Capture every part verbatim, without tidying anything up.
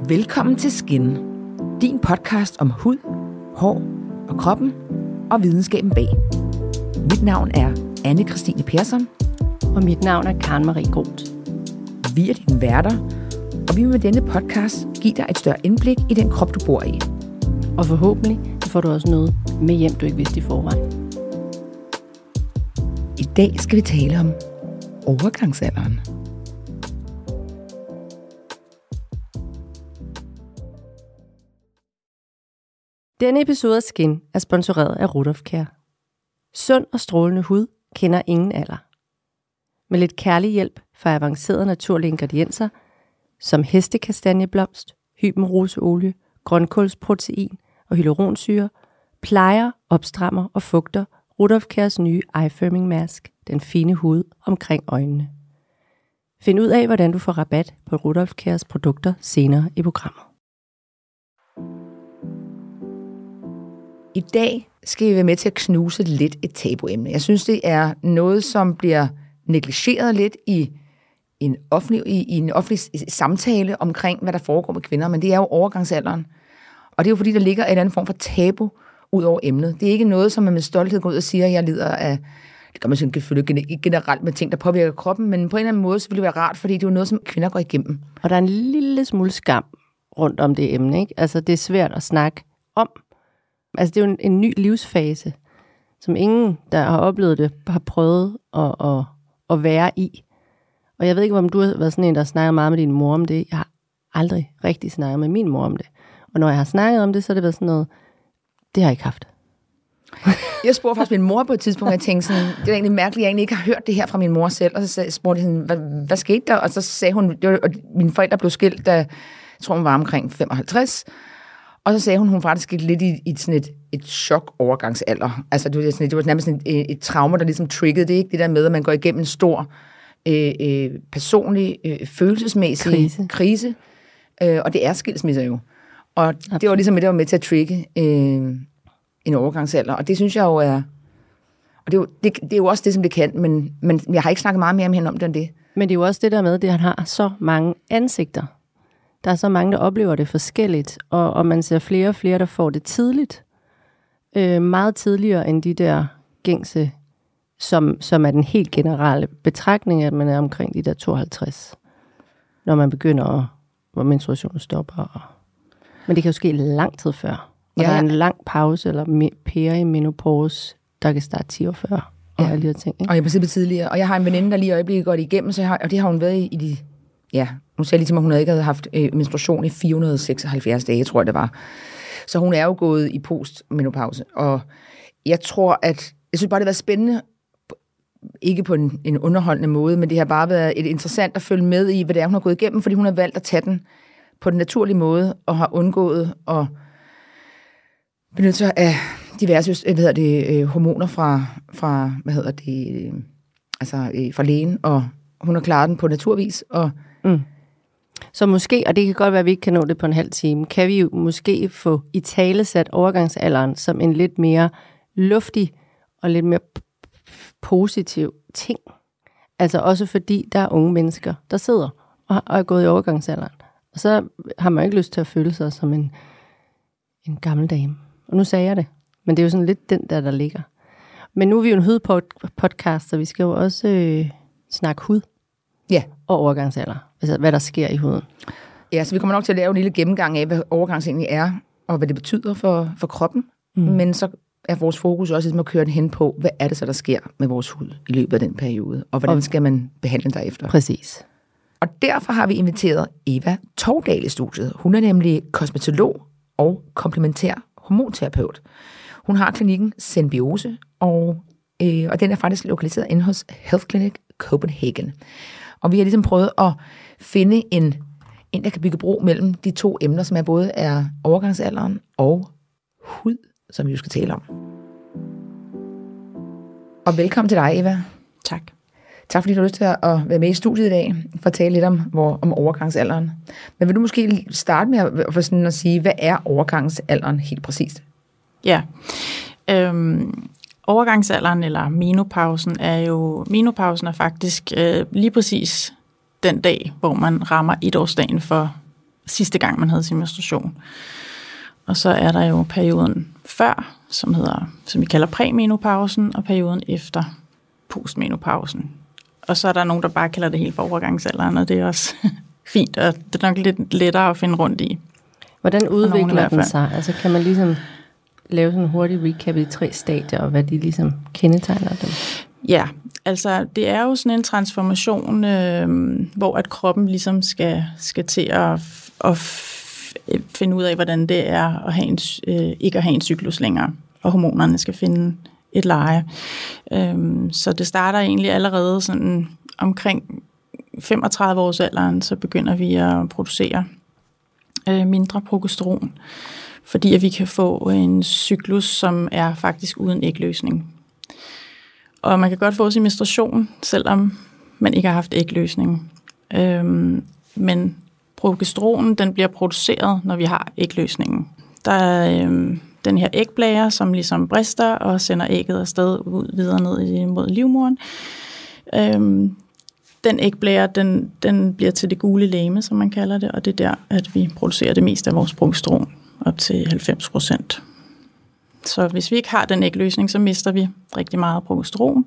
Velkommen til Skin, din podcast om hud, hår og kroppen og videnskaben bag. Mit navn er Anne-Kristine Persson. Og mit navn er Karen Marie Groth. Vi er dine værter, og vi vil med denne podcast give dig et større indblik i den krop, du bor i. Og forhåbentlig får du også noget med hjem, du ikke vidste i forvejen. I dag skal vi tale om overgangsalderen. Denne episode af Skin er sponsoreret af Rudolph Care. Sund og strålende hud kender ingen alder. Med lidt kærlig hjælp fra avancerede naturlige ingredienser, som hestekastanjeblomst, hybenroseolie, grønkålsprotein og hyaluronsyre, plejer, opstrammer og fugter Rudolph Cares nye Eye Firming Mask, den fine hud omkring øjnene. Find ud af, hvordan du får rabat på Rudolph Cares produkter senere i programmet. I dag skal vi være med til at knuse lidt et tabuemne. Jeg synes, det er noget, som bliver negligeret lidt i en offentlig, i, i en offentlig samtale omkring, hvad der foregår med kvinder, men det er jo overgangsalderen. Og det er jo fordi, der ligger en eller anden form for tabu ud over emnet. Det er ikke noget, som man med stolthed går ud og siger, at jeg lider af, det kan man selvfølgelig generelt med ting, der påvirker kroppen, men på en eller anden måde, så vil det være rart, fordi det er jo noget, som kvinder går igennem. Og der er en lille smule skam rundt om det emne, ikke? Altså, det er svært at snakke om. Altså, det er jo en, en ny livsfase, som ingen, der har oplevet det, har prøvet at, at, at være i. Og jeg ved ikke, om du har været sådan en, der snakker meget med din mor om det. Jeg har aldrig rigtig snakket med min mor om det. Og når jeg har snakket om det, så har det været sådan noget, det har jeg ikke haft. Jeg spurgte faktisk min mor på et tidspunkt, og jeg tænkte sådan, det er egentlig mærkeligt, at jeg egentlig ikke har hørt det her fra min mor selv. Og så spurgte jeg sådan, hvad, hvad skete der? Og så sagde hun, det var, og mine forældre blev skilt, da jeg tror, hun var omkring femoghalvtreds. Og så sagde hun, hun faktisk gik lidt i, i sådan et, et chok-overgangsalder. Altså, det var, sådan, det var nærmest sådan et, et traume, der ligesom triggede. Det er ikke det der med, at man går igennem en stor øh, øh, personlig, øh, følelsesmæssig krise. krise. Øh, og det er skilsmisser jo. Og Absolut. Det var ligesom det, der var med til at trigge øh, en overgangsalder. Og det synes jeg jo er... Og det er jo, det, det er jo også det, som det kan, men, men jeg har ikke snakket meget mere med hende om det end det. Men det er jo også det der med, at han har så mange ansigter. Der er så mange, der oplever det forskelligt, og, og man ser flere og flere, der får det tidligt. Øh, meget tidligere end de der gængse, som, som er den helt generelle betragtning, at man er omkring de der tooghalvtreds. Når man begynder at, hvor menstruationen stopper. Og, men det kan jo ske lang tid før. Og ja. Der er en lang pause, eller perimenopause, der kan starte ti år før. Og ja. Alle de her ting. Ikke? Og jeg er på tidligere. Og jeg har en veninde, der lige i øjeblikket går det igennem, så jeg har, og det har hun været i, i de... Ja, nu sagde jeg ligesom, at hun ikke havde haft øh, menstruation i fire hundrede og seksoghalvfjerds dage, tror jeg det var. Så hun er jo gået i postmenopause. Og jeg tror, at... Jeg synes bare, det har været spændende, ikke på en, en underholdende måde, men det har bare været et interessant at følge med i, hvad det er, hun har gået igennem, fordi hun har valgt at tage den på den naturlige måde, og har undgået at benytte sig af diverse hvad hedder det, hormoner fra, fra, hvad hedder det, altså fra lægen, og hun har klaret den på naturvis, og Mm. Så måske, og det kan godt være, at vi ikke kan nå det på en halv time, kan vi jo måske få i talesat overgangsalderen som en lidt mere luftig og lidt mere positiv ting. Altså også fordi der er unge mennesker, der sidder og er gået i overgangsalderen. Og så har man ikke lyst til at føle sig som en, en gammel dame. Og nu sagde jeg det, men det er jo sådan lidt den der, der ligger. Men nu er vi jo en hudpodcast, så vi skal jo også øh, snakke hud. Ja. Og overgangsalder. Altså, hvad der sker i huden. Ja, så vi kommer nok til at lave en lille gennemgang af, hvad overgangs egentlig er, og hvad det betyder for, for kroppen. Mm. Men så er vores fokus også ligesom at køre den hen på, hvad er det så, der sker med vores hud i løbet af den periode, og hvordan skal man behandle den derefter. Præcis. Og derfor har vi inviteret Eva Tovdal i studiet. Hun er nemlig kosmetolog og komplementær hormonterapeut. Hun har klinikken Zenbiose, og, øh, og den er faktisk lokaliseret inde hos Health Clinic Copenhagen. Og vi har ligesom prøvet at finde en, en, der kan bygge bro mellem de to emner, som er både er overgangsalderen og hud, som vi jo skal tale om. Og velkommen til dig, Eva. Tak. Tak fordi du har lyst til at være med i studiet i dag, for at tale lidt om, hvor, om overgangsalderen. Men vil du måske starte med at, for sådan at sige, hvad er overgangsalderen helt præcist? Ja, øhm, overgangsalderen eller menopausen er jo, menopausen er faktisk øh, lige præcis den dag, hvor man rammer etårsdagen for sidste gang, man havde sin menstruation. Og så er der jo perioden før, som hedder, som vi kalder præmenopausen, og perioden efter postmenopausen. Og så er der nogen, der bare kalder det helt for overgangsalderen, og det er også fint, og det er nok lidt lettere at finde rundt i. Hvordan udvikler den sig? Altså kan man ligesom lave sådan en hurtig recap i tre stadier, og hvad de ligesom kendetegner dem? Ja, altså det er jo sådan en transformation, øh, hvor at kroppen ligesom skal, skal til at, at finde ud af, hvordan det er at have en, øh, ikke at have en cyklus længere, og hormonerne skal finde et leje. Øh, så det starter egentlig allerede sådan omkring femogtredive års alderen, så begynder vi at producere øh, mindre progesteron, fordi at vi kan få en cyklus, som er faktisk uden ægløsning. Og man kan godt få sin menstruation, selvom man ikke har haft ægløsning. Øhm, men progesteronen, den bliver produceret, når vi har ægløsningen. Der er øhm, den her ægblære, som ligesom brister og sender ægget afsted ud, videre ned mod livmoderen. Øhm, den ægblære, den, den bliver til det gule legeme, som man kalder det, og det er der, at vi producerer det meste af vores progesteron, op til halvfems procent. Så hvis vi ikke har den ægløsning, så mister vi rigtig meget progesteron.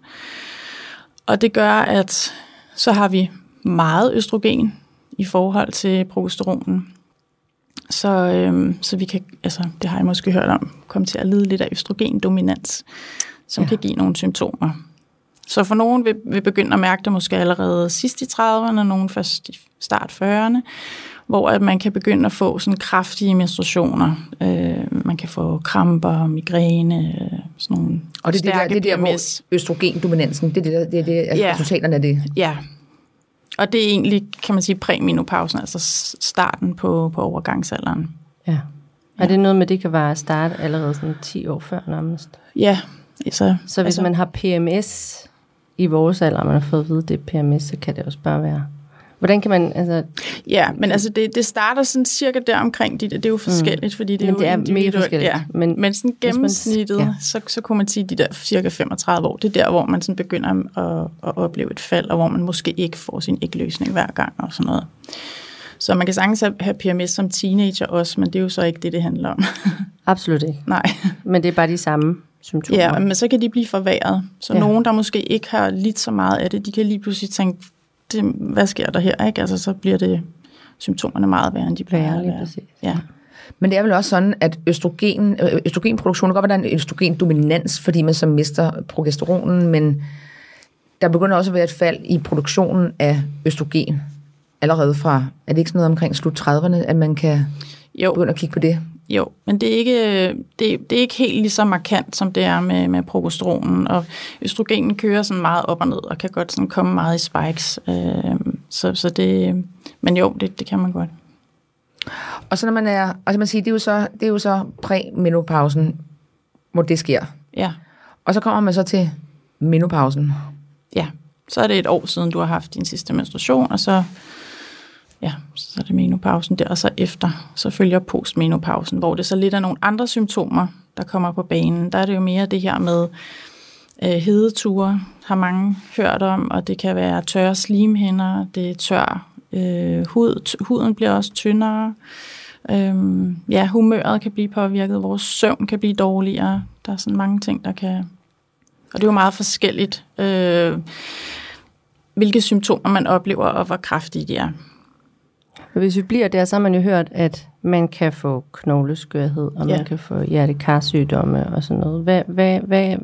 Og det gør, at så har vi meget østrogen i forhold til progesteronen. Så, øhm, så vi kan, altså det har jeg måske hørt om, komme til at lide lidt af østrogendominans, som ja. kan give nogle symptomer. Så for nogen vil, vil begynde at mærke det måske allerede sidst i trediverne, og nogen først i start fyrrerne, hvor at man kan begynde at få sådan kraftige menstruationer. Øh, man kan få kramper, migræne, sådan nogle og det er stærke det der, det er der, hvor østrogendominansen, det er det, der, det, er det altså ja. resultaterne af det. Ja, og det er egentlig, kan man sige, præmenopausen, altså starten på, på overgangsalderen. Ja. Er ja. det noget med, det kan være start allerede sådan ti år før nærmest? Ja. Så, så hvis altså, man har P M S i vores alder, og man har fået at vide, det er P M S, så kan det også bare være... Hvordan kan man, altså... Ja, men altså det, det starter sådan cirka der omkring, det, det er jo forskelligt, mm. fordi det er men jo det er mere forskelligt. Ja. Men, men sådan gennemsnittet, man, ja. så, så kunne man sige, de der cirka femogtredive år, det er der, hvor man sådan begynder at, at opleve et fald, og hvor man måske ikke får sin ægløsning hver gang og sådan noget. Så man kan sagtens have P M S som teenager også, men det er jo så ikke det, det handler om. Absolut ikke. Nej. Men det er bare de samme symptomer. Ja, men så kan de blive forværret. Så ja. nogen, der måske ikke har lidt så meget af det, de kan lige pludselig tænke, det, hvad sker der her? Ikke? Altså, så bliver det symptomerne meget værre, end de plejer at være. Ja. Men det er vel også sådan, at østrogen, østrogenproduktionen kan godt være en østrogendominans, fordi man så mister progesteronen, men der begynder også at være et fald i produktionen af østrogen. Allerede fra, er det ikke sådan noget omkring slut trediverne, at man kan jo. begynde at kigge på det? Jo, men det er ikke, det, det er ikke helt lige så markant, som det er med, med progesteronen, og østrogenen kører sådan meget op og ned, og kan godt sådan komme meget i spikes. Øh, så, så det, men jo, det, det kan man godt. Og så når man er, altså man siger, det er jo så, det er jo så præmenopausen, hvor det sker. Ja. Og så kommer man så til menopausen. Ja, så er det et år siden, du har haft din sidste menstruation, og så... Ja, så er det menopausen der, og så efter, så følger postmenopausen, hvor det så lidt er nogle andre symptomer, der kommer på banen. Der er det jo mere det her med øh, hedeture, har mange hørt om, og det kan være tørre slimhinder, det er tør øh, hud, huden bliver også tyndere, øh, ja, humøret kan blive påvirket, vores søvn kan blive dårligere, der er sådan mange ting, der kan, og det er jo meget forskelligt, øh, hvilke symptomer man oplever, og hvor kraftige de er. Hvis vi bliver der, så har man jo hørt, at man kan få knogleskørhed, og ja. man kan få hjertekarsygdomme og sådan noget. Hvad, hvad, hvad,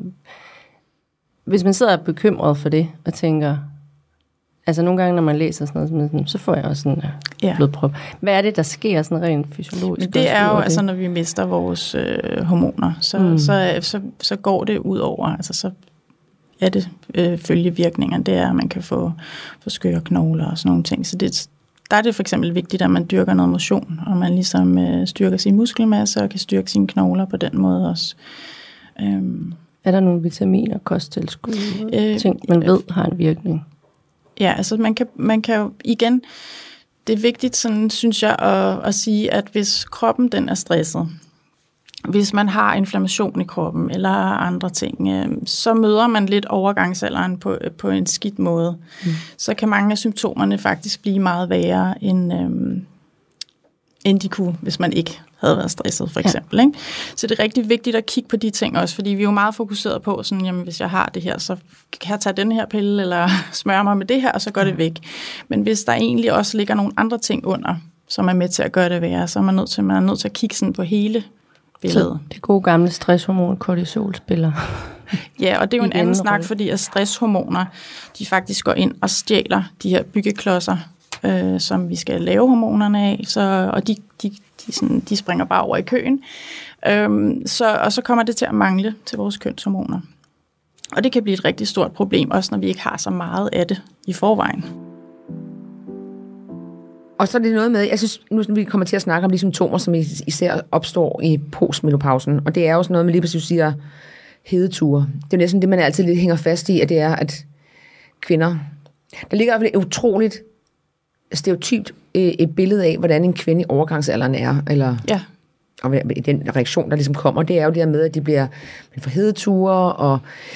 hvis man sidder bekymret for det, og tænker, altså nogle gange, når man læser sådan noget, så får jeg også sådan ja. blodprop. Hvad er det, der sker sådan rent fysiologisk? Men det er jo, altså når vi mister vores øh, hormoner, så, mm. så, så, så går det ud over, altså så er det øh, følgevirkninger, det er, at man kan få, få skøre knogler og sådan nogle ting. Så det Der er det for eksempel vigtigt, at man dyrker noget motion, og man ligesom øh, styrker sin muskelmasse og kan styrke sine knogler på den måde også. Øhm. Er der nogle vitaminer, kosttilskud, øh, ting, man ved har en virkning? Ja, altså man kan, man kan jo igen, det er vigtigt, sådan, synes jeg, at, at sige, at hvis kroppen den er stresset, hvis man har inflammation i kroppen eller andre ting, øh, så møder man lidt overgangsalderen på, på en skidt måde. Mm. Så kan mange af symptomerne faktisk blive meget værre, end, øh, end de kunne, hvis man ikke havde været stresset, for eksempel. Ja. Ikke? Så det er rigtig vigtigt at kigge på de ting også, fordi vi er jo meget fokuseret på, sådan, jamen, hvis jeg har det her, så kan jeg tage den her pille, eller smøre mig med det her, og så går det væk. Men hvis der egentlig også ligger nogle andre ting under, som er med til at gøre det værre, så er man nødt til, man er nødt til at kigge sådan på hele billedet. Så det gode gamle stresshormon, kortisol, spiller. Ja, og det er jo en anden snak, fordi at stresshormoner, de faktisk går ind og stjæler de her byggeklodser, øh, som vi skal lave hormonerne af, så, og de, de, de, sådan, de springer bare over i køen. Øhm, så, og så kommer det til at mangle til vores kønshormoner. Og det kan blive et rigtig stort problem, også når vi ikke har så meget af det i forvejen. Og så er det noget med, jeg synes, nu vi kommer til at snakke om de symptomer, som især opstår i postmenopausen, og det er jo sådan noget med lige præcis, siger hedeture. Det er næsten det, man altid lidt hænger fast i, at det er, at kvinder... Der ligger et utroligt stereotypt et billede af, hvordan en kvinde i overgangsalderen er, eller... Ja. Og den reaktion, der ligesom kommer, det er jo det der med, at de bliver for hedeture, og...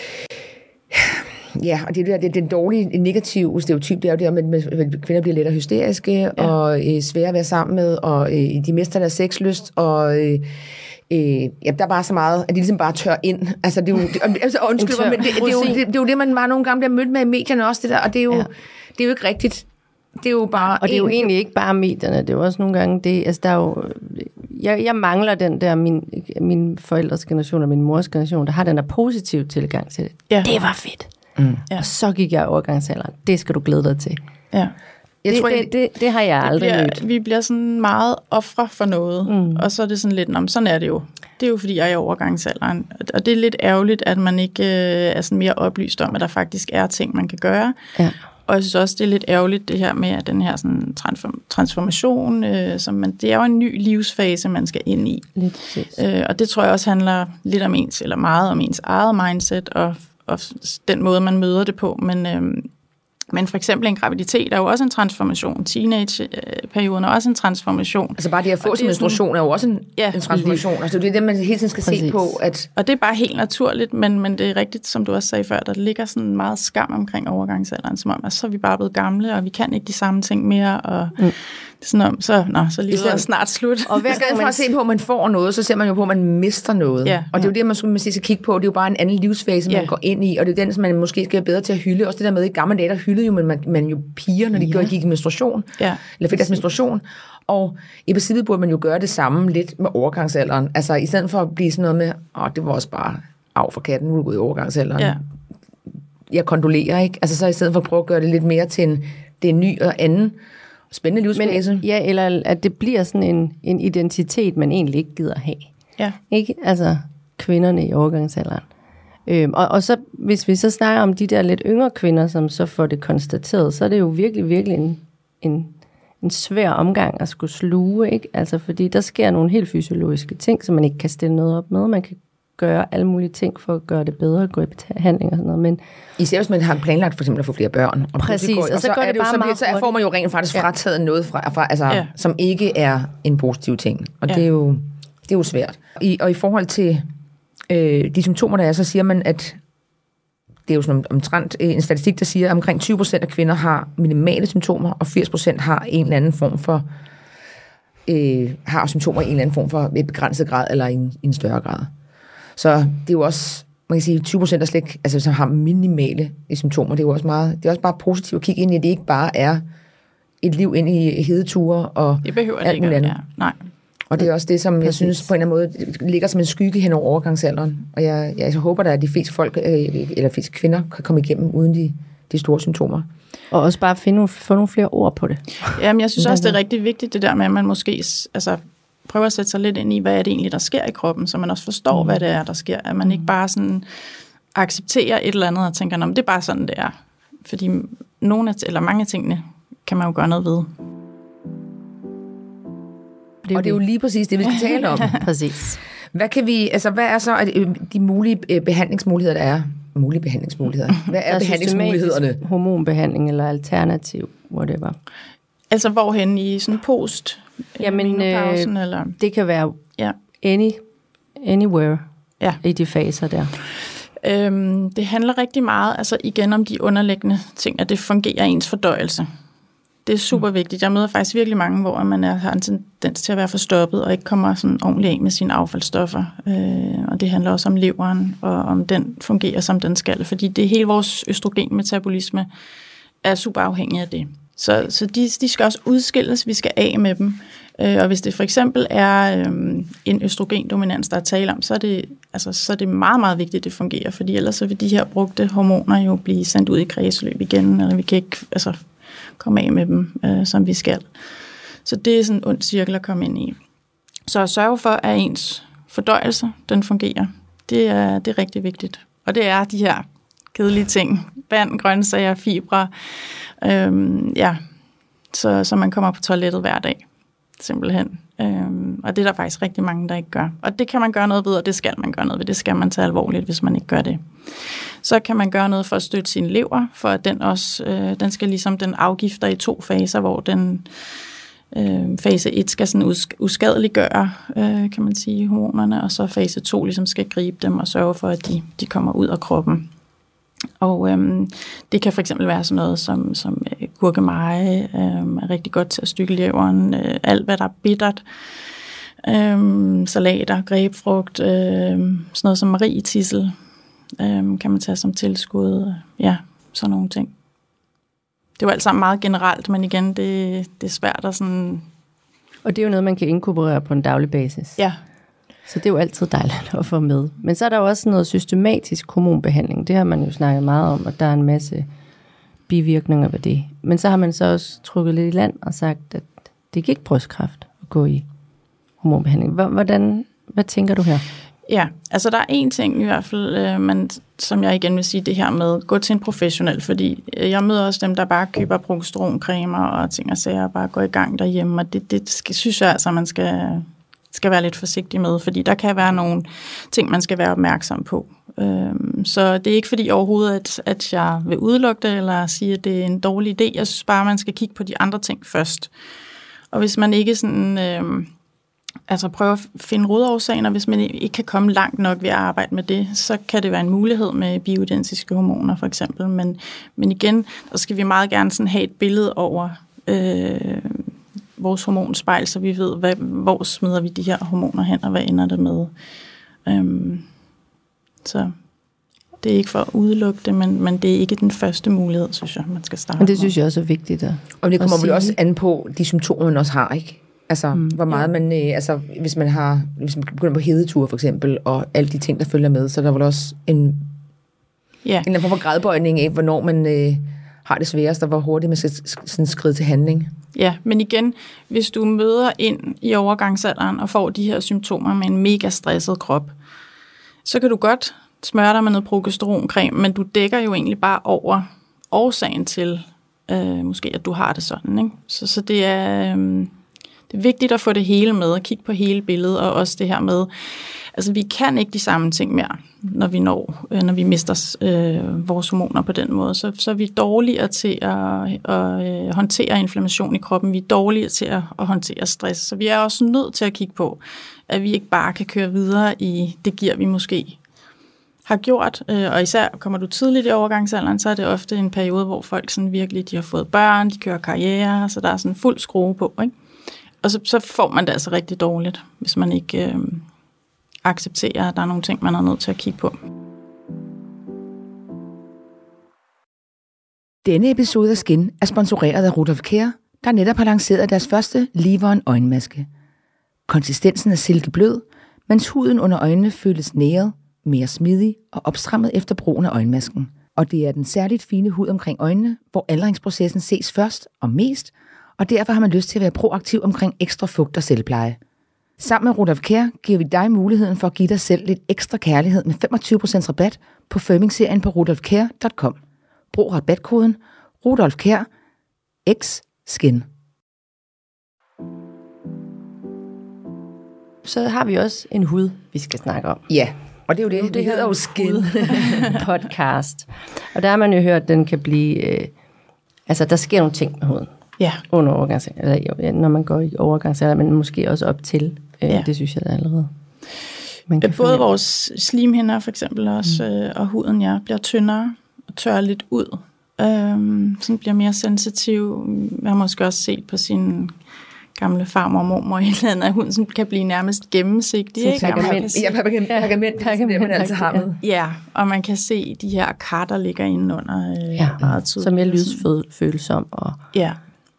Ja, og det er det, den dårlige, negative stereotyp, det er jo det, at kvinder bliver lettere hysteriske, ja. og øh, svære at være sammen med, og øh, de mister deres sexlyst, og øh, øh, ja, der er bare så meget, at de ligesom bare tør ind. Altså, det er jo, det, altså, undskyld mig, men det, det, er jo, det, det er jo det, man bare nogle gange bliver mødt med i medierne også, det der, og det er jo, ja. det er jo ikke rigtigt. Det er jo bare... Og det er jo egentlig ikke bare medierne, det er jo også nogle gange det, altså der er jo... Jeg, jeg mangler den der, min, min forældres generation og min mors generation, der har den der positive tilgang til det. Ja. Det var fedt. Mm. Ja. Og så gik jeg i overgangsalderen. Det skal du glæde dig til. Ja. Jeg det, tror, det, det, det har jeg det aldrig bliver, mødt. Vi bliver sådan meget ofre for noget, mm. og så er det sådan lidt, om sådan er det jo. Det er jo, fordi jeg er i overgangsalderen. Og det er lidt ærgerligt, at man ikke øh, er sådan mere oplyst om, at der faktisk er ting, man kan gøre. Ja. Og jeg synes også, det er lidt ærgerligt, det her med at den her sådan transform- transformation, øh, som man, det er jo en ny livsfase, man skal ind i. Lidt øh, og det tror jeg også handler lidt om ens, eller meget om ens eget mindset, og og den måde, man møder det på. Men, øhm, men for eksempel en graviditet er jo også en transformation. Teenage-perioden er også en transformation. Altså bare det at få sin menstruation er jo også en, ja, en transformation. Altså det er det, man hele tiden skal Præcis. se på. At... Og det er bare helt naturligt, men, men det er rigtigt, som du også sagde før, der ligger sådan meget skam omkring overgangsalderen, som om, at så er vi bare blevet gamle, og vi kan ikke de samme ting mere, og mm. sådan om, så, nå, så livet er snart slut. Og hver gang for at se på, at man får noget, så ser man jo på, at man mister noget. Ja, og det er jo det, man skal, skal kigge på. Det er jo bare en anden livsfase, man ja. går ind i, og det er den, som man måske skal være bedre til at hylde. Også det der med, i gamle dage, der hyldede jo man, man jo piger, når de ja. gik i menstruation, ja. eller fik deres menstruation. Og i princippet burde man jo gøre det samme lidt med overgangsalderen. Altså i stedet for at blive sådan noget med, åh, det var også bare af for katten, nu er du gået i overgangsalderen. Ja. Jeg kondolerer, ikke? Altså så i stedet for at prøve at gøre det lidt mere til en, det er en ny og anden spændende livsfase. Men, ja, eller at det bliver sådan en, en identitet, man egentlig ikke gider have. Ja. Ikke? Altså kvinderne i overgangsalderen. Øhm, og, og så, hvis vi så snakker om de der lidt yngre kvinder, som så får det konstateret, så er det jo virkelig, virkelig en, en, en svær omgang at skulle sluge, ikke? Altså, fordi der sker nogle helt fysiologiske ting, som man ikke kan stille noget op med. Man kan gøre alle mulige ting for at gøre det bedre, gå i behandling og sådan noget. Men især hvis man har planlagt for eksempel at få flere børn. Og præcis, går, og, og så, så går det, det bare så, meget så får man jo rent faktisk frataget ja. noget, fra, fra, altså, ja. som ikke er en positiv ting. Og ja. det, er jo, det er jo svært. I, og i forhold til øh, de symptomer, der er, så siger man, at det er jo sådan omtrent en statistik, der siger, at omkring tyve procent af kvinder har minimale symptomer, og firs procent har en eller anden form for øh, har symptomer i en eller anden form for et begrænset grad, eller i en, i en større grad. Så det er jo også, man kan sige, tyve procent af slet altså, som har minimale symptomer. Det er jo også meget, det er også bare positivt at kigge ind i, at det ikke bare er et liv ind i hedeture og det behøver det ikke, ja. Nej. Og det er også det, som jeg synes på en eller anden måde ligger som en skygge hen over overgangsalderen. Og jeg, jeg håber da, at de fleste folk, eller fleste kvinder, kan komme igennem uden de, de store symptomer. Og også bare finde nogle, få nogle flere ord på det. Jamen, jeg synes også, det er rigtig vigtigt, det der med, at man måske altså, prøver at sætte sig lidt ind i, hvad er det egentlig, der sker i kroppen, så man også forstår, mm. hvad det er, der sker. At man ikke bare sådan accepterer et eller andet og tænker, det er bare sådan, det er. Fordi nogle af, eller mange af tingene kan man jo gøre noget ved. Og det er jo lige præcis det, vi skal tale om. Præcis. Hvad kan vi, altså hvad er så de mulige behandlingsmuligheder, der er? Mulige behandlingsmuligheder. Hvad er, er behandlingsmulighederne? Hormonbehandling eller alternativ, whatever. Altså hvorhen i sådan post? Jamen, øh, eller? Det kan være ja. any, anywhere ja. i de faser der. Øhm, det handler rigtig meget, altså igen om de underliggende ting, at det fungerer ens fordøjelse. Det er super vigtigt. Jeg møder faktisk virkelig mange, hvor man er, har en tendens til at være forstoppet, og ikke kommer sådan ordentligt af med sine affaldsstoffer. Øh, og det handler også om leveren, og om den fungerer, som den skal. Fordi det hele vores østrogenmetabolisme er super afhængig af det. Så, så de, de skal også udskilles, vi skal af med dem. Øh, og hvis det for eksempel er øh, en østrogendominans, der er tale om, så er, det, altså, så er det meget, meget vigtigt, at det fungerer. Fordi ellers så vil de her brugte hormoner jo blive sendt ud i kredsløb igen, eller vi kan ikke altså, komme af med dem, øh, som vi skal. Så det er sådan en ond cirkel at komme ind i. Så at sørge for, at ens fordøjelse, den fungerer, det er, det er rigtig vigtigt. Og det er de her kedelige ting. Vand, grøntsager, fibre. Øhm, ja, så, så man kommer på toilettet hver dag, simpelthen. Øhm, og det er der faktisk rigtig mange, der ikke gør. Og det kan man gøre noget ved, og det skal man gøre noget ved. Det skal man tage alvorligt, hvis man ikke gør det. Så kan man gøre noget for at støtte sin lever, for at den også, øh, den skal ligesom, den afgifter i to faser, hvor den øh, fase et skal sådan us- uskadeliggøre, øh, kan man sige, hormonerne, og så fase to ligesom skal gribe dem og sørge for, at de, de kommer ud af kroppen. Og øhm, det kan for eksempel være sådan noget som, som øh, gurkemeje, øh, er rigtig godt til at styrke leveren, øh, alt hvad der er bittert, øh, salater, grebfrugt, øh, sådan noget som marietissel, øh, kan man tage som tilskud, ja, sådan nogle ting. Det er jo alt sammen meget generelt, men igen, det, det er svært at sådan... Og det er jo noget, man kan inkorporere på en daglig basis. Ja. Så det er jo altid dejligt at få med. Men så er der jo også noget systematisk hormonbehandling. Det har man jo snakket meget om, og der er en masse bivirkninger ved det. Men så har man så også trukket lidt i land og sagt, at det gik brystkræft at gå i hormonbehandling. Hvordan, hvad tænker du her? Ja, altså der er en ting i hvert fald, øh, man, som jeg igen vil sige, det her med gå til en professionel, fordi jeg møder også dem, der bare køber progesteroncremer og ting og sager, og bare går i gang derhjemme, og det, det skal, synes jeg altså, man skal... skal være lidt forsigtig med, fordi der kan være nogle ting, man skal være opmærksom på. Øhm, så det er ikke fordi overhovedet, at, at jeg vil udelukke det, eller sige, at det er en dårlig idé. Jeg synes bare, man skal kigge på de andre ting først. Og hvis man ikke sådan, øhm, altså prøver at finde rodårsagen, og hvis man ikke kan komme langt nok ved at arbejde med det, så kan det være en mulighed med bioidentiske hormoner for eksempel. Men, men igen, så skal vi meget gerne sådan have et billede over øh, vores hormonspejl, så vi ved, hvad, hvor smider vi de her hormoner hen, og hvad ender det med. Øhm, så det er ikke for at udelukke det, men, men det er ikke den første mulighed, synes jeg, man skal starte. Men det synes jeg også er vigtigt at Og det kommer vel sige. også an på de symptomer, man også har, ikke? Altså, mm. hvor meget man, øh, altså, hvis man har, hvis man begynder på hedeture for eksempel, og alle de ting, der følger med, så er der vel også en, ja. en form for gradbøjning af, hvornår man øh, har det sværest, og hvor hurtigt man skal sådan skride til handling. Ja, men igen, hvis du møder ind i overgangsalderen og får de her symptomer med en mega stresset krop, så kan du godt smøre dig med noget progesteroncreme, men du dækker jo egentlig bare over årsagen til, øh, måske at du har det sådan, ikke? Så, så det er... Øh, Det er vigtigt at få det hele med, og kigge på hele billedet, og også det her med, altså vi kan ikke de samme ting mere, når vi når, når vi mister øh, vores hormoner på den måde. Så, så er vi dårligere til at, at øh, håndtere inflammation i kroppen, vi er dårligere til at, at håndtere stress. Så vi er også nødt til at kigge på, at vi ikke bare kan køre videre i det gear, vi måske har gjort. Øh, og især kommer du tidligt i overgangsalderen, så er det ofte en periode, hvor folk sådan virkelig, de har fået børn, de kører karriere, så der er sådan fuld skrue på, ikke? Og så, så får man det altså rigtig dårligt, hvis man ikke øh, accepterer, at der er nogle ting, man er nødt til at kigge på. Denne episode af Skin er sponsoreret af Rudolf Kjær, der netop har lanceret deres første Liveren øjenmaske. Konsistensen er silkeblød, mens huden under øjnene føles næret, mere smidig og opstrammet efter brugen af øjenmasken. Og det er den særligt fine hud omkring øjnene, hvor aldringsprocessen ses først og mest, og derfor har man lyst til at være proaktiv omkring ekstra fugt og selvpleje. Sammen med Rudolf Kjær giver vi dig muligheden for at give dig selv lidt ekstra kærlighed med femogtyve procent rabat på firming-serien på rudolf kjær punktum com. Brug rabatkoden Rudolf Kjær X Skin. Så har vi også en hud, vi skal snakke om. Ja, og det er jo det, det, det hedder jo Skin. Podcast. Og der har man jo hørt, at den kan blive... Øh, altså, der sker nogle ting med huden. Ja. Under overgangsalder, eller når man går i overgangsalder, men måske også op til. Øh, ja. Det synes jeg da allerede. Man kan Både fornemme. vores slimhinder for eksempel også, mm. øh, og huden ja, bliver tyndere og tørrer lidt ud. Øhm, sådan bliver mere sensitiv. Jeg har måske også set på sin gamle farmor og mormor i et eller andet, at hun sådan kan blive nærmest gennemsigtig. Sådan Ikke? pergament. Ja, pergament, pergament, pergament, det man altid har med. Ja, og man kan se de her kar, der ligger inde under øh, ja, meget tydeligt. som er lysfølsom og ja.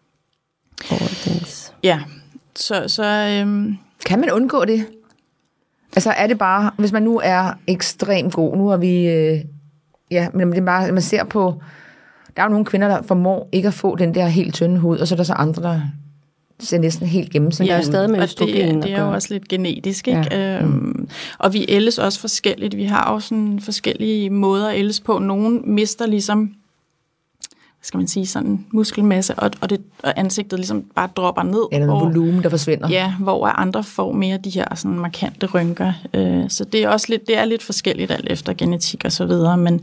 overtænks. Ja, så... så øhm, kan man undgå det? Altså er det bare, hvis man nu er ekstremt god, nu er vi, øh, ja, men det er bare, man ser på, der er jo nogle kvinder, der formår ikke at få den der helt tynde hud, og så er der så andre, der ser næsten helt gennemsigtigt. Ja, der er stadig med og østrogen. Det, det er jo også lidt genetisk, ikke? Ja. Øhm, Mm. Og vi ældes også forskelligt. Vi har jo sådan forskellige måder at ældes på. Nogle mister ligesom, hvad skal man sige, sådan muskelmasse, og, og, det, og ansigtet ligesom bare dropper ned. Eller en volumen, der forsvinder. Ja, hvor andre får mere de her sådan markante rynker. Øh, så det er også lidt, det er lidt forskelligt alt efter genetik og så videre, men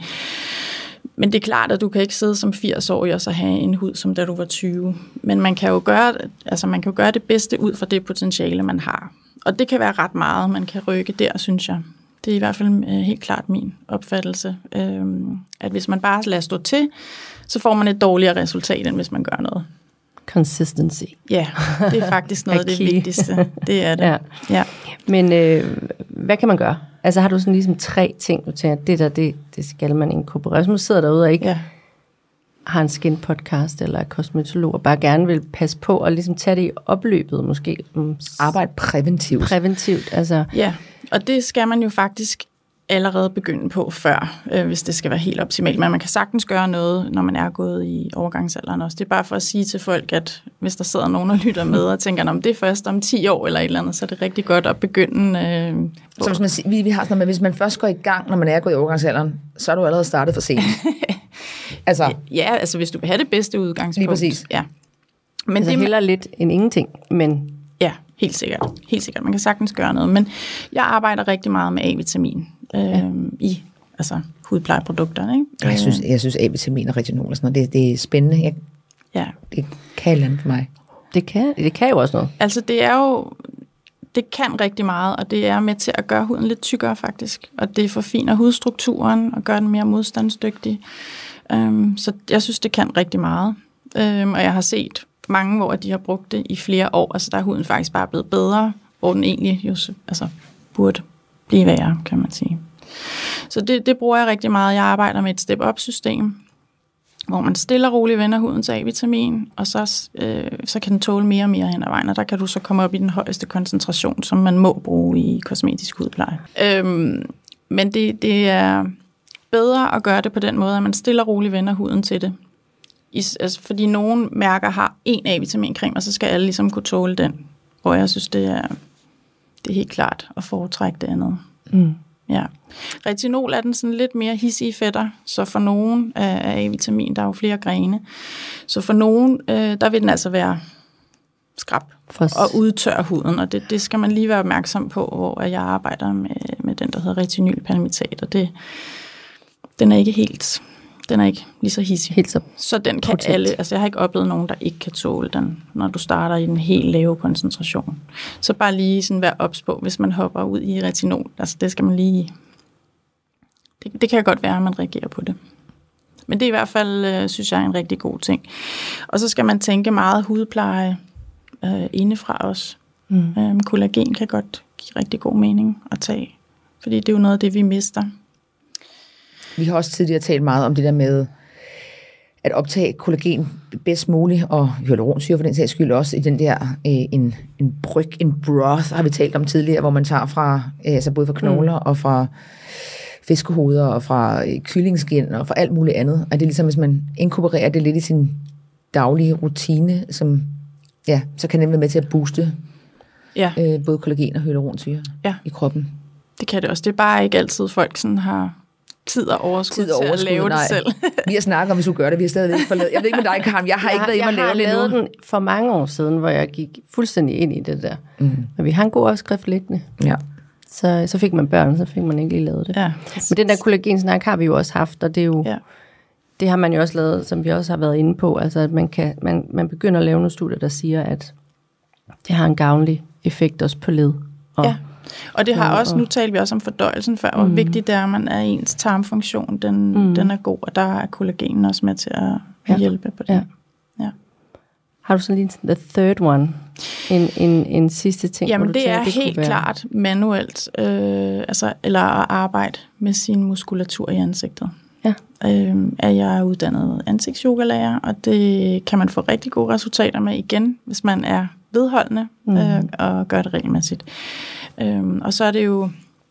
Men det er klart, at du kan ikke sidde som firs-årig og så have en hud, som da du var tyve. Men man kan jo gøre, altså man kan jo gøre det bedste ud fra det potentiale, man har. Og det kan være ret meget, man kan rykke der, synes jeg. Det er i hvert fald øh, helt klart min opfattelse. Øh, at hvis man bare lader stå til, så får man et dårligere resultat, end hvis man gør noget. Consistency. Ja, det er faktisk noget af det vigtigste. Det er det. Ja. Ja. Men øh, hvad kan man gøre? Altså har du sådan ligesom tre ting, du tænker, det der, det, det skal man inkorporere. Hvis man sidder derude og ikke ja. har en skin podcast eller er kosmetolog, og bare gerne vil passe på og ligesom tage det i opløbet måske. Arbejde præventivt. Præventivt, altså. Ja, og det skal man jo faktisk allerede begynde på før, øh, hvis det skal være helt optimalt. Men man kan sagtens gøre noget, når man er gået i overgangsalderen også. Det er bare for at sige til folk, at hvis der sidder nogen og lytter med og tænker, om det er først om ti år eller et eller andet, så er det rigtig godt at begynde. Øh, så hvis man, vi, vi har sådan noget med, hvis man først går i gang, når man er gået i overgangsalderen, så er du allerede startet for sent. altså, ja, altså hvis du vil have det bedste udgangspunkt. Lige præcis. Ja. Men altså det heller lidt end ingenting, men... Ja, helt sikkert. Helt sikkert. Man kan sagtens gøre noget. Men jeg arbejder rigtig meget med A-vitamin øh, ja. i altså, hudplejeprodukterne. Ikke? Jeg synes, jeg synes A-vitamin og retinol og sådan noget, det, det er spændende. Jeg, ja. Det kan et eller andet for mig. Det kan, det kan jo også noget. Altså det er jo, det kan rigtig meget, og det er med til at gøre huden lidt tykkere faktisk. Og det forfiner hudstrukturen og gør den mere modstandsdygtig. Um, så jeg synes, det kan rigtig meget. Um, og jeg har set mange, hvor de har brugt det i flere år. Altså der er huden faktisk bare blevet bedre, hvor den egentlig jo altså, burde blive værre, kan man sige. Så det, det bruger jeg rigtig meget. Jeg arbejder med et step-up-system, hvor man stille og roligt vender huden til A-vitamin, og så, øh, så kan den tåle mere og mere hen ad vejen, og der kan du så komme op i den højeste koncentration, som man må bruge i kosmetisk hudpleje. Øhm, men det, det er bedre at gøre det på den måde, at man stille og roligt vender huden til det. I, altså, fordi nogle mærker har én A-vitamincreme, og så skal alle ligesom kunne tåle den. Og jeg synes, det er, det er helt klart at foretrække det andet. Mm. Ja. Retinol er den sådan lidt mere hissige fætter, så for nogen af A-vitamin, der er jo flere grene, så for nogen, øh, der vil den altså være skrab For... og udtørre huden, og det, det skal man lige være opmærksom på, hvor jeg arbejder med, med den, der hedder retinylpalmitat, og det, den er ikke helt... Den er ikke lige så hissig. Helt så, så den kan potent. alle, altså jeg har ikke oplevet nogen, der ikke kan tåle den, når du starter i den helt lave koncentration. Så bare lige sådan være ops på, hvis man hopper ud i retinol. Altså det skal man lige, det, det kan godt være, at man reagerer på det. Men det er i hvert fald, øh, synes jeg, en rigtig god ting. Og så skal man tænke meget hudpleje øh, indefra også. Mm. Øh, kollagen kan godt give rigtig god mening at tage, fordi det er jo noget af det, vi mister. Vi har også tidligere talt meget om det der med at optage kollagen bedst muligt, og hyaluronsyre for den sags skyld også, i den der øh, en, en bryg, en broth, har vi talt om tidligere, hvor man tager fra, øh, altså både fra knogler mm. og fra fiskehoveder og fra øh, kyllingskin og fra alt muligt andet. Og det er ligesom, hvis man inkorporerer det lidt i sin daglige rutine, som, ja, så kan det være med til at booste ja. øh, både kollagen og hyaluronsyre ja. i kroppen. Det kan det også. Det er bare ikke altid folk sådan har tid og overskud, tid og overskud til at lave nej. det selv. Vi har snakket om, hvis du gør det. Vi har stadigvæk ikke forladet. Jeg ved ikke med dig, Karen. Jeg har jeg, ikke været hjemme og lave det nu. Den for mange år siden, hvor jeg gik fuldstændig ind i det der. Mm. Men vi har en god opskrift liggende. Ja. Så, så fik man børn, så fik man ikke lige lavet det. Ja. Men den der kollagensnak har vi jo også haft, og det er jo... Ja. Det har man jo også lavet, som vi også har været inde på. Altså, at man, kan, man, man begynder at lave nogle studier, der siger, at det har en gavnlig effekt også på led og, ja. Og det har også, nu talte vi også om fordøjelsen før, hvor mm. vigtigt det er, at man er ens tarmfunktion, den, mm. den er god, og der er kollagen også med til at ja. hjælpe på det. Ja. Ja. Har du så lige the third one? En, en, en sidste ting? Jamen hvor du det tænker, er det helt klart manuelt, øh, altså, eller at arbejde med sin muskulatur i ansigtet. Ja. Øh, at jeg er uddannet ansigtsyogalærer, og det kan man få rigtig gode resultater med igen, hvis man er vedholdende mm. øh, og gør det regelmæssigt. Øh, og så er det jo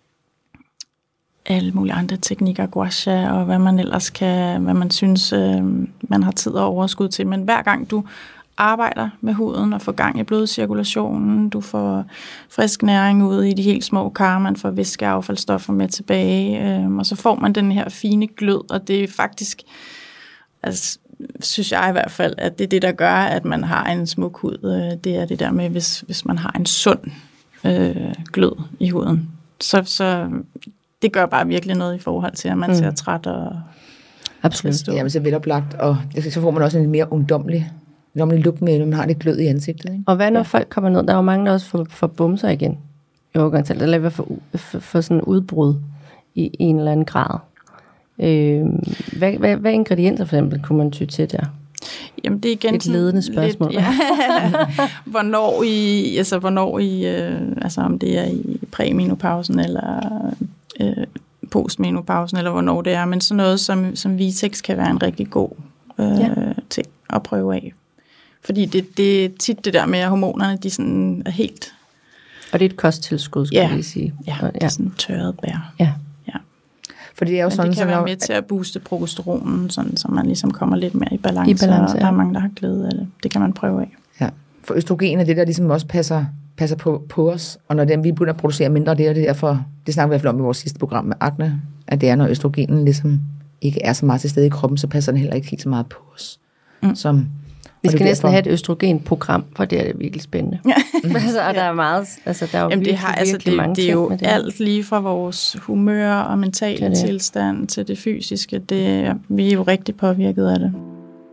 alle mulige andre teknikker, gua sha, og hvad man ellers kan, hvad man synes, øh, man har tid og overskud til. Men hver gang du arbejder med huden og får gang i blodcirkulationen, du får frisk næring ud i de helt små kar, man får væske affaldsstoffer med tilbage, øh, og så får man den her fine glød, og det er faktisk, altså, synes jeg i hvert fald, at det er det, der gør, at man har en smuk hud. Øh, det er det der med, hvis, hvis man har en sund øh, glød i huden. Så, så det gør bare virkelig noget i forhold til, at man mm. ser træt og absolut. Jamen, så veloplagt, og så får man også en mere ungdomlig når man look med, når man har lidt glød i ansigtet. Ikke? Og hvad når ja. folk kommer ned? Der er jo mange, der også får, får bumser igen i overgangsalderen, eller i hvert fald for, for sådan en udbrud i en eller anden grad. Øh, hvad, hvad, hvad ingredienser for eksempel kunne man ty til der? Jamen det er igen et ledende spørgsmål. Lidt, ja. hvornår i, altså hvornår i, øh, altså om det er i præmenopausen eller øh, postmenopausen, eller hvornår det er, men sådan noget som, som Vitex kan være en rigtig god øh, ja. ting at prøve af. Fordi det, det er tit det der med, at hormonerne, de sådan er helt... Og det er et kosttilskud, skal ja. vi sige. Ja, ja, det er sådan tørret bær. Ja. ja. For det er jo men sådan, det kan være jeg... med til at booste progesteronen, sådan, så man ligesom kommer lidt mere i balance. I balance, og der er mange, der har glæde af det. Det kan man prøve af. Ja, for østrogen er det, der ligesom også passer, passer på, på os. Og når den, vi begynder at producere mindre, det er det derfor, det snakker vi i hvert fald om i vores sidste program med akne, at det er, når østrogenen ligesom ikke er så meget til stede i kroppen, så passer den heller ikke helt så meget på os. Mm. Som, vi skal næsten have et østrogenprogram, for det er det virkelig spændende. Ja. altså, og ja. der er meget, altså der er jo Jamen, virkelig, det har, altså, virkelig det, mange det er jo ting med det. alt lige fra vores humør og mentale det det. tilstand til det fysiske. Det, vi er jo rigtig påvirket af det.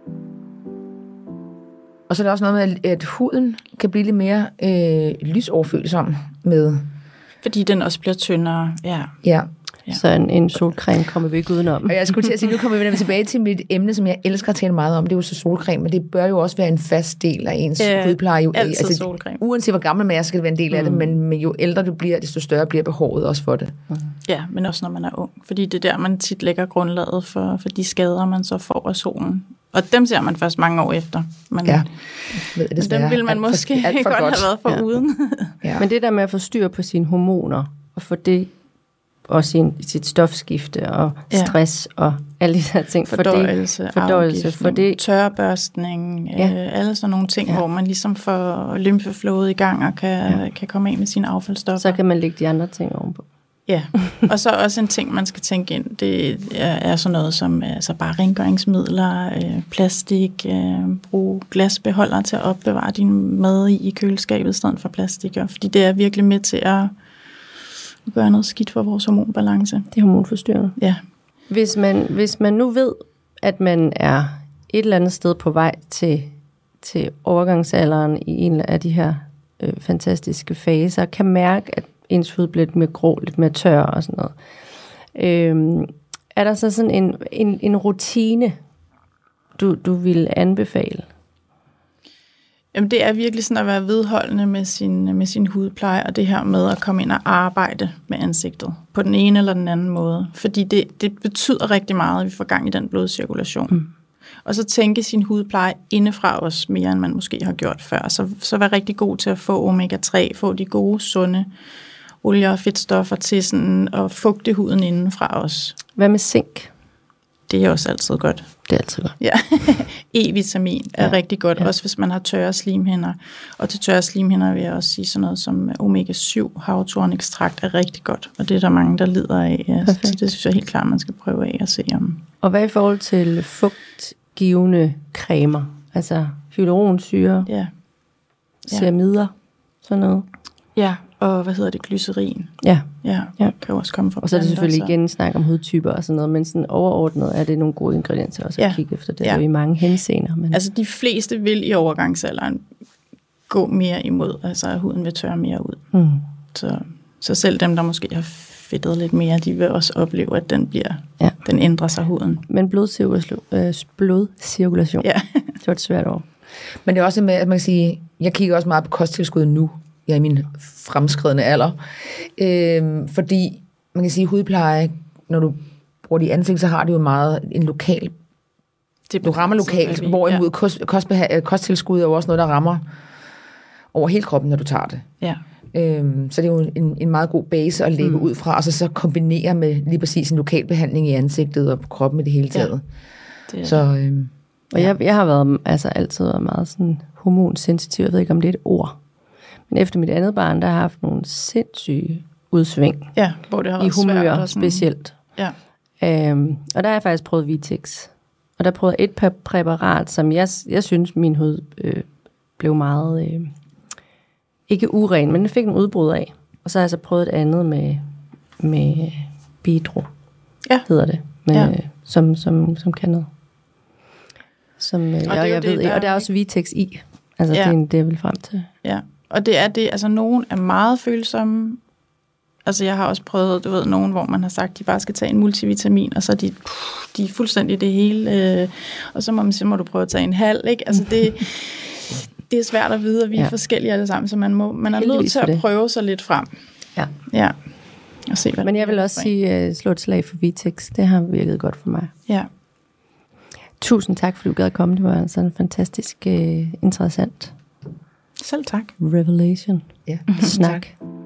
Og så er der også noget med, at huden kan blive lidt mere øh, lysoverfølsom med... Fordi den også bliver tyndere, ja. Ja. Ja. Så en, en solcreme kommer vi ikke udenom. Og jeg skulle til at sige, nu kommer vi tilbage til mit emne, som jeg elsker at tale meget om. Det er jo så solcreme, men det bør jo også være en fast del af ens øh, hudpleje. Altid altså, solcreme. Uanset hvor gammel man er, skal det være en del af mm. det, men, men jo ældre du bliver, desto større bliver behovet også for det. Mm. Ja, men også når man er ung. Fordi det er der, man tit lægger grundlaget for, for de skader, man så får af solen. Og dem ser man først mange år efter. Men, ja, ved det men dem vil man måske for, godt, godt have været for ja. uden. ja. Men det der med at få styr på sine hormoner, og få det og sin, sit stofskifte og stress ja. og alle de her ting. Fordøjelse, for det, fordøjelse for det. Tørrebørstning, ja. øh, alle sådan nogle ting, ja. hvor man ligesom får lymfeflådet i gang og kan, ja. kan komme af med sine affaldsstoffer. Så kan man lægge de andre ting ovenpå. Ja, og så også en ting, man skal tænke ind, det er, er sådan noget som altså bare rengøringsmidler, øh, plastik, øh, brug glasbeholder til at opbevare din mad i, i køleskabet i stedet for plastik, fordi det er virkelig med til at gøre noget skidt for vores hormonbalance. Det er hormonforstyrrende. Ja. Hvis man, hvis man nu ved, at man er et eller andet sted på vej til, til overgangsalderen i en af de her øh, fantastiske faser, kan mærke, at ens hud bliver lidt mere grå, lidt mere tør og sådan noget. Øhm, er der så sådan en, en, en rutine, du, du vil anbefale? Jamen det er virkelig sådan at være vedholdende med sin, med sin hudpleje, og det her med at komme ind og arbejde med ansigtet på den ene eller den anden måde. Fordi det, det betyder rigtig meget, at vi får gang i den blodcirkulation. Mm. Og så tænke sin hudpleje indefra os mere, end man måske har gjort før. Så, så vær rigtig god til at få omega tre, få de gode, sunde olier og fedtstoffer til sådan at fugte huden indenfra os. Hvad med zink? Det er også altid godt. Det er altid godt. Ja. E-vitamin er ja. rigtig godt, ja. også hvis man har tørre slimhinder. Og til tørre slimhinder vil jeg også sige sådan noget som omega syv havtornekstrakt er rigtig godt. Og det er der mange, der lider af. Ja. Så det synes jeg helt klart, man skal prøve af at se om. Og hvad i forhold til fugtgivende cremer? Altså hyaluronsyre, ja. ja. ceramider, sådan noget? Ja, og hvad hedder det, glycerin. Ja. Ja, ja. kan også komme fra. Og så er det selvfølgelig igen snak om hudtyper og sådan noget, men sådan overordnet er det nogle gode ingredienser også at ja. kigge efter. Det ja. er jo i mange henseender. Men... Altså de fleste vil i overgangsalderen gå mere imod, altså at huden vil tørre mere ud. Mm. Så Så selv dem, der måske har fedtet lidt mere, de vil også opleve, at den bliver, Ja. den ændrer sig huden. Men blodcirkulation, øh, blodcirkulation. Ja. Det var et svært ord. Men det er også med, at man kan sige, jeg kigger også meget på kosttilskud nu, jeg er i min fremskredende alder, øh, fordi man kan sige, hudpleje, når du bruger det i ansigt, så har det jo meget en lokal, Det du rammer lokalt, hvorimod ja. kost, kostbeha- kosttilskud er jo også noget, der rammer over hele kroppen, når du tager det. Ja. Øhm, så det er jo en, en meget god base at lægge mm. ud fra, og så, så kombinere med lige præcis en lokal behandling i ansigtet og på kroppen i det hele taget. Ja, det så, øhm, og jeg, jeg har været, altså altid været meget sådan hormonsensitiv. Jeg ved ikke, om det er et ord. Men efter mit andet barn, der har jeg haft nogle sindssyge udsving. Ja, hvor det har i været humør svært og sådan. specielt. Ja. Øhm, og der har jeg faktisk prøvet Vitex. Og der prøvede jeg et præparat, som jeg, jeg synes, min hud øh, blev meget, øh, ikke uren, men den fik en udbrud af. Og så har jeg så prøvet et andet med, med Bidro, Ja. hedder det, men, Ja. øh, som, som, som kan noget. Som, øh, og, det er og, jo jeg det, ved, der- og der er også Vitex i. Altså, Ja. det er en- det, jeg vil frem til. Ja, og det er det, altså nogen er meget følsomme. Altså jeg har også prøvet, du ved, nogen, hvor man har sagt, de bare skal tage en multivitamin, og så er de, puh, de er fuldstændig det hele, øh, og så må man sige, må du prøve at tage en halv, ikke? Altså det, det er svært at vide, at vi er Ja. forskellige alle sammen, så man, må, man er nødt Heldigvis til for at det. prøve sig lidt frem. Ja. Ja, og se, hvad Men der jeg vil virker også for en. sige, uh, slå et slag for Vitex. Det har virket godt for mig. Ja, Tusind tak, fordi du gad at komme. Det var sådan en fantastisk uh, interessant selv tak. revelation. ja. Snak.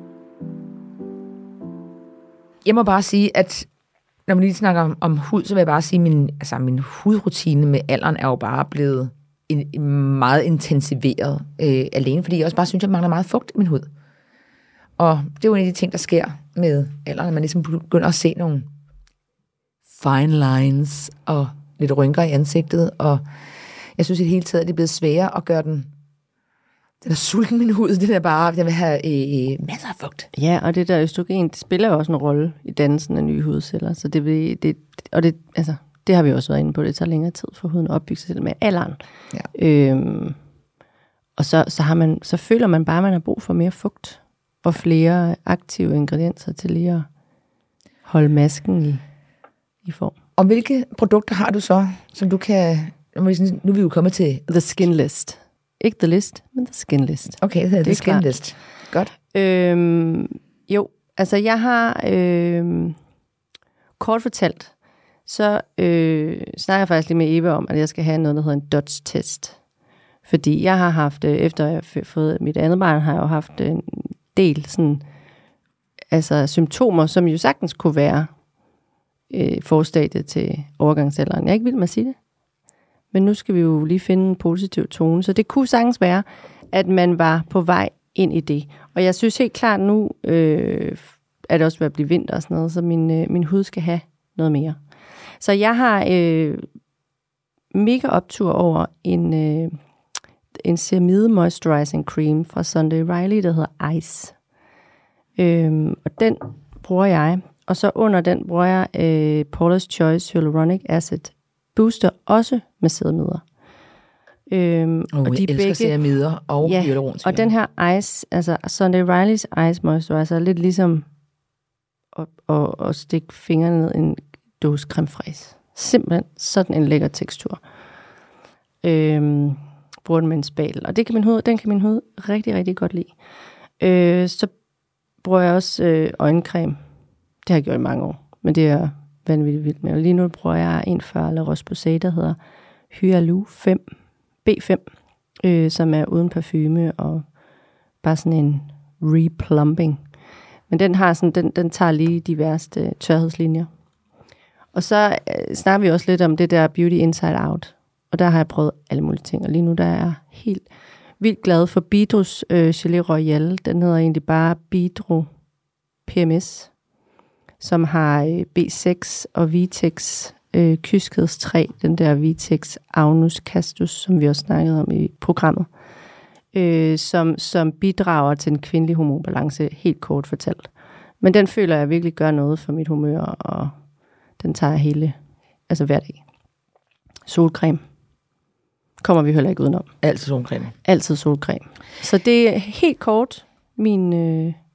Jeg må bare sige, at når man lige snakker om, om hud, så vil jeg bare sige, at min, altså, min hudrutine med alderen er jo bare blevet en, en meget intensiveret. Øh, alene fordi jeg også bare synes, at jeg mangler meget fugt i min hud. Og det er jo en af de ting, der sker med alderen, at man ligesom begynder at se nogle fine lines og lidt rynker i ansigtet. Og jeg synes i det hele taget, at det er blevet sværere at gøre den. Den er sulten min hud, det er bare, den vil have øh, masser af fugt. Ja, og det der østrogen, det spiller jo også en rolle i dannelsen af nye hudceller. Så det, vil, det, og det, altså, det har vi også været inde på. Det tager længere tid for huden at opbygge sig selv med alderen. Ja. Øhm, og så, så, har man, så føler man bare, at man har brug for mere fugt og flere aktive ingredienser til lige at holde masken i, i form. Og hvilke produkter har du så, som du kan... Nu er vi jo kommet til... The Skin List. Ikke The List, men The Skin List. Okay, det hedder Det er The Skin klart. List. Godt. Øhm, jo, altså jeg har øhm, kort fortalt, så øh, snakker jeg faktisk lige med Eva om, at jeg skal have noget, der hedder en Dodge-test. Fordi jeg har haft, øh, efter jeg har fået mit andet barn, har jeg jo haft en del sådan, altså symptomer, som jo sagtens kunne være øh, forstadiet til overgangsalderen. Jeg er ikke vild med at sige det. Men nu skal vi jo lige finde en positiv tone. Så det kunne sagtens være, at man var på vej ind i det. Og jeg synes helt klart nu, øh, at det også vil blive vinter og sådan noget, så min, øh, min hud skal have noget mere. Så jeg har øh, mega optur over en, øh, en ceramide moisturizing cream fra Sunday Riley, der hedder Ice. Øh, og den bruger jeg. Og så under den bruger jeg øh, Paula's Choice Hyaluronic Acid Booster, også med sædemider. Øhm, Oh, og de jeg elsker ceramider og ja, hyaluronsyre. og den her Ice, altså Sunday Riley's Ice Moisturizer, er lidt ligesom at, at, at stikke fingrene ned i en dåse creme fraise. Simpelthen sådan en lækker tekstur. Øhm, bruger den med en spatel, og det kan min hud, den kan min hud rigtig, rigtig godt lide. Øh, så bruger jeg også øh, øjencreme. Det har jeg gjort i mange år, men det er vanvittigt vildt med. Og lige nu bruger jeg en fra La Roche-Posay, der hedder Hyalu fem, B fem, øh, som er uden parfume og bare sådan en replumping. Men den har sådan, den, den tager lige de værste tørhedslinjer. Og så øh, snakker vi også lidt om det der Beauty Inside Out. Og der har jeg prøvet alle mulige ting. Og lige nu der er jeg helt vildt glad for Bidros øh, Gelée Royale. Den hedder egentlig bare Bidro P M S, som har øh, B seks og Vitex øh, kyskhedstre, den der Vitex Agnus Castus, som vi også snakkede om i programmet, øh, som, som bidrager til en kvindelig hormonbalance, helt kort fortalt. Men den føler jeg virkelig gør noget for mit humør, og den tager jeg hele, altså hver dag. Solcreme kommer vi heller ikke udenom. Altid solcreme. Altid solcreme. Så det er helt kort min, øh,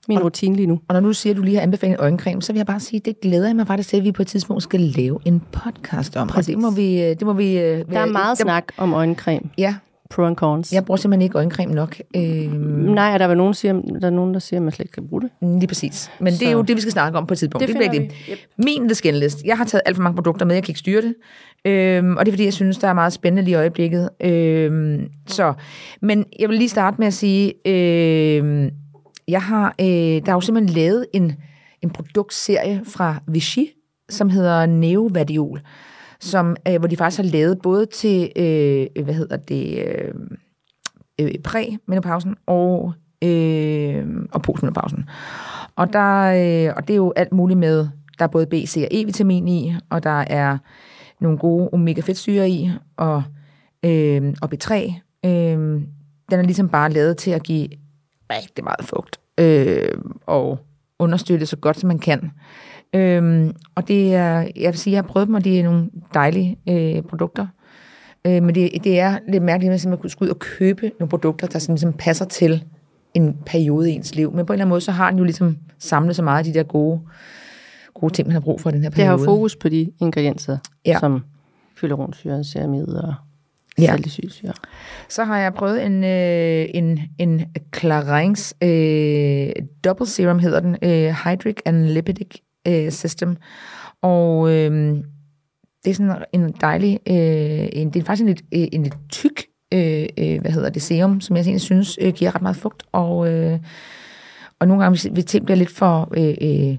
min og, rutine lige nu. Og når du siger, at du lige har anbefalet en øjencreme, så vil jeg bare sige, at det glæder jeg mig faktisk til, at vi på et tidspunkt skal lave en podcast om. Præcis. Og det må vi... Det må vi der er meget det, snak om øjencreme. Ja. Pro and cons. Jeg bruger simpelthen ikke øjencreme nok. Øhm, Nej, der er, nogen, siger, der er nogen, der siger, at man slet ikke kan bruge det. Lige præcis. Men så. Det er jo det, vi skal snakke om på et tidspunkt. Det, det bliver det. Yep. Min The Skin List. Jeg har taget alt for mange produkter med, jeg kan ikke styre det. Øhm, og det er, fordi jeg synes, der er meget spændende lige i øjeblikket. Øhm, så. Men jeg vil lige starte med at sige, øhm, jeg har, øh, der er jo simpelthen lavet en, en produktserie fra Vichy, som hedder Neovadiol, som, øh, hvor de faktisk har lavet både til, øh, hvad hedder det, øh, øh, præ-menopausen og, øh, og postmenopausen. Og, der, øh, og det er jo alt muligt med, der er både B, C og E-vitamin i, og der er nogle gode omega-fedtsyre i, og, øh, og B tre. Øh, den er ligesom bare lavet til at give rigtig meget fugt, øh, og understøtte så godt, som man kan. Øhm, og det er, jeg vil sige, jeg har prøvet dem, og det er nogle dejlige øh, produkter. Øh, men det, det er lidt mærkeligt, at man kunne skulle ud og købe nogle produkter, der sådan, ligesom passer til en periode i ens liv. Men på en eller anden måde, så har den jo ligesom samlet så meget af de der gode, gode ting, man har brug for i den her periode. Det har fokus på de ingredienser, ja. Som hyaluronsyre, ceramid og ja. salicylsyre. Så har jeg prøvet en, øh, en, en Clarins øh, Double Serum, hedder den, øh, Hydric and Lipidic øh, System. Og øh, det er sådan en dejlig, øh, en, det er faktisk en lidt, øh, en lidt tyk, øh, øh, hvad hedder det, serum, som jeg egentlig synes øh, giver ret meget fugt. Og, øh, og nogle gange, hvis ting bliver lidt for... Øh, øh,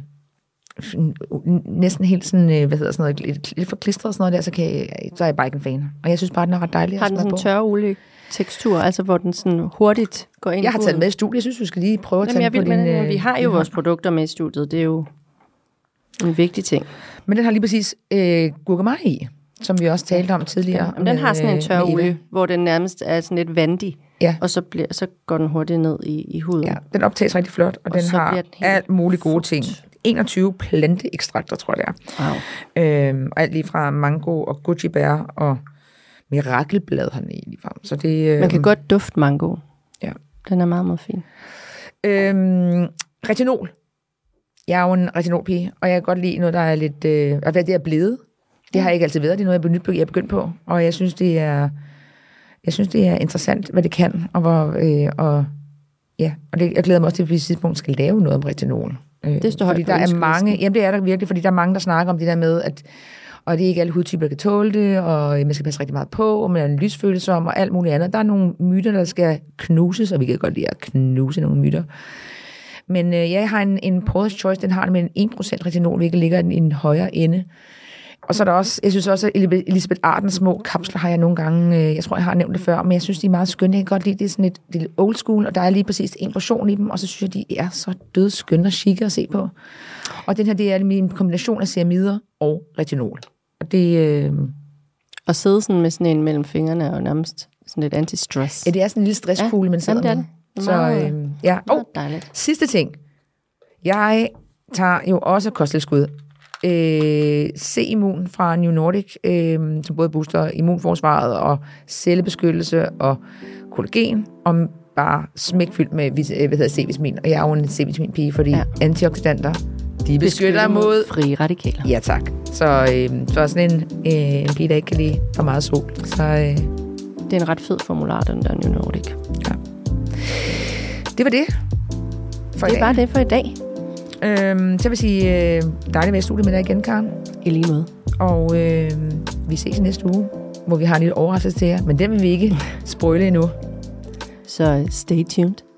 næsten helt sådan, hvad hedder sådan noget, lidt, lidt for klistret og sådan noget der, så, kan jeg, så er jeg bare ikke en fan. Og jeg synes bare, den er ret dejlig. Har den sådan en tør olie tekstur, altså hvor den sådan hurtigt går ind? Jeg har taget med i studiet. Jeg synes, vi skal lige prøve at tage Jamen, den på vil, din... Men, vi har jo din vores hånd. Produkter med i studiet. Det er jo en vigtig ting. Men den har lige præcis øh, gurkemeje i, som vi også talte om tidligere. Ja, men den har sådan en tør olie, hvor den nærmest er sådan lidt vandig. Ja. Og så, bliver, så går den hurtigt ned i, i huden. Ja, den optages rigtig flot, og, og den har den alt muligt gode ting. enogtyve planteekstrakter, tror jeg det er. Wow. Øhm, og alt lige fra mango og goji-bær og mirakelblad har den i ligefrem. Så det, øhm, man kan godt dufte mango. Ja. Den er meget, meget fin. Øhm, retinol. Jeg er jo en retinolpige, og jeg kan godt lide noget, der er lidt... Øh, hvad det er blevet. Det har jeg ikke altid været. Det er noget, jeg er begyndt på. Og jeg synes, det er... Jeg synes, det er interessant, hvad det kan, og hvor... Øh, og, ja, og det, jeg glæder mig også til, at vi i tidspunkt skal lave noget om retinol. Det står fordi der er mange, jamen det er der virkelig, fordi der er mange, der snakker om det der med, at og det er ikke alle hudtyper, der kan tåle det, og man skal passe rigtig meget på, og man er en lysfølsom og alt muligt andet. Der er nogle myter, der skal knuses, og vi kan godt lide at knuse nogle myter. Men øh, jeg har en, en Paula's Choice, den har den med en en procent retinol, hvilket ligger i en højere ende. Og så er der også, jeg synes også, at Elisabeth Ardens små kapsler har jeg nogle gange, øh, jeg tror, jeg har nævnt det før, men jeg synes, de er meget skønne. Jeg kan godt lide, det er sådan et, det er lidt old school, og der er lige præcis en portion i dem, og så synes jeg, de er så dødskønne og chique at se på. Og den her, det er min kombination af ceramider og retinol. Og det... Øh... Og sidde sådan med sådan en mellem fingrene er jo nærmest sådan lidt anti-stress. Ja, det er sådan en lille stresskugle, ja, man sidder med. Det. Så øh, ja. Oh, dejligt. Sidste ting. Jeg tager jo også kosttilskud. Øh, C-immun fra New Nordic, øh, som både booster immunforsvaret og cellebeskyttelse og kollagen, og bare smækfyldt med hvad hedder C-vitamin. Og jeg er jo en C-vitamin-pige, fordi ja. Antioxidanter, de beskytter mod frie radikaler. Ja, tak. Så, øh, så er sådan en, øh, en pige, der ikke kan lide for meget sol. Så, øh, det er en ret fed formular, den der New Nordic. Ja. Det var det for det i dag. var det for i dag. Øhm, så vil jeg sige, øh, dejligt at være i studiet med dig igen, Karen. I lige måde. Og øh, vi ses i næste uge, hvor vi har en lille overraskelse til jer. Men den vil vi ikke spoile endnu. Så stay tuned.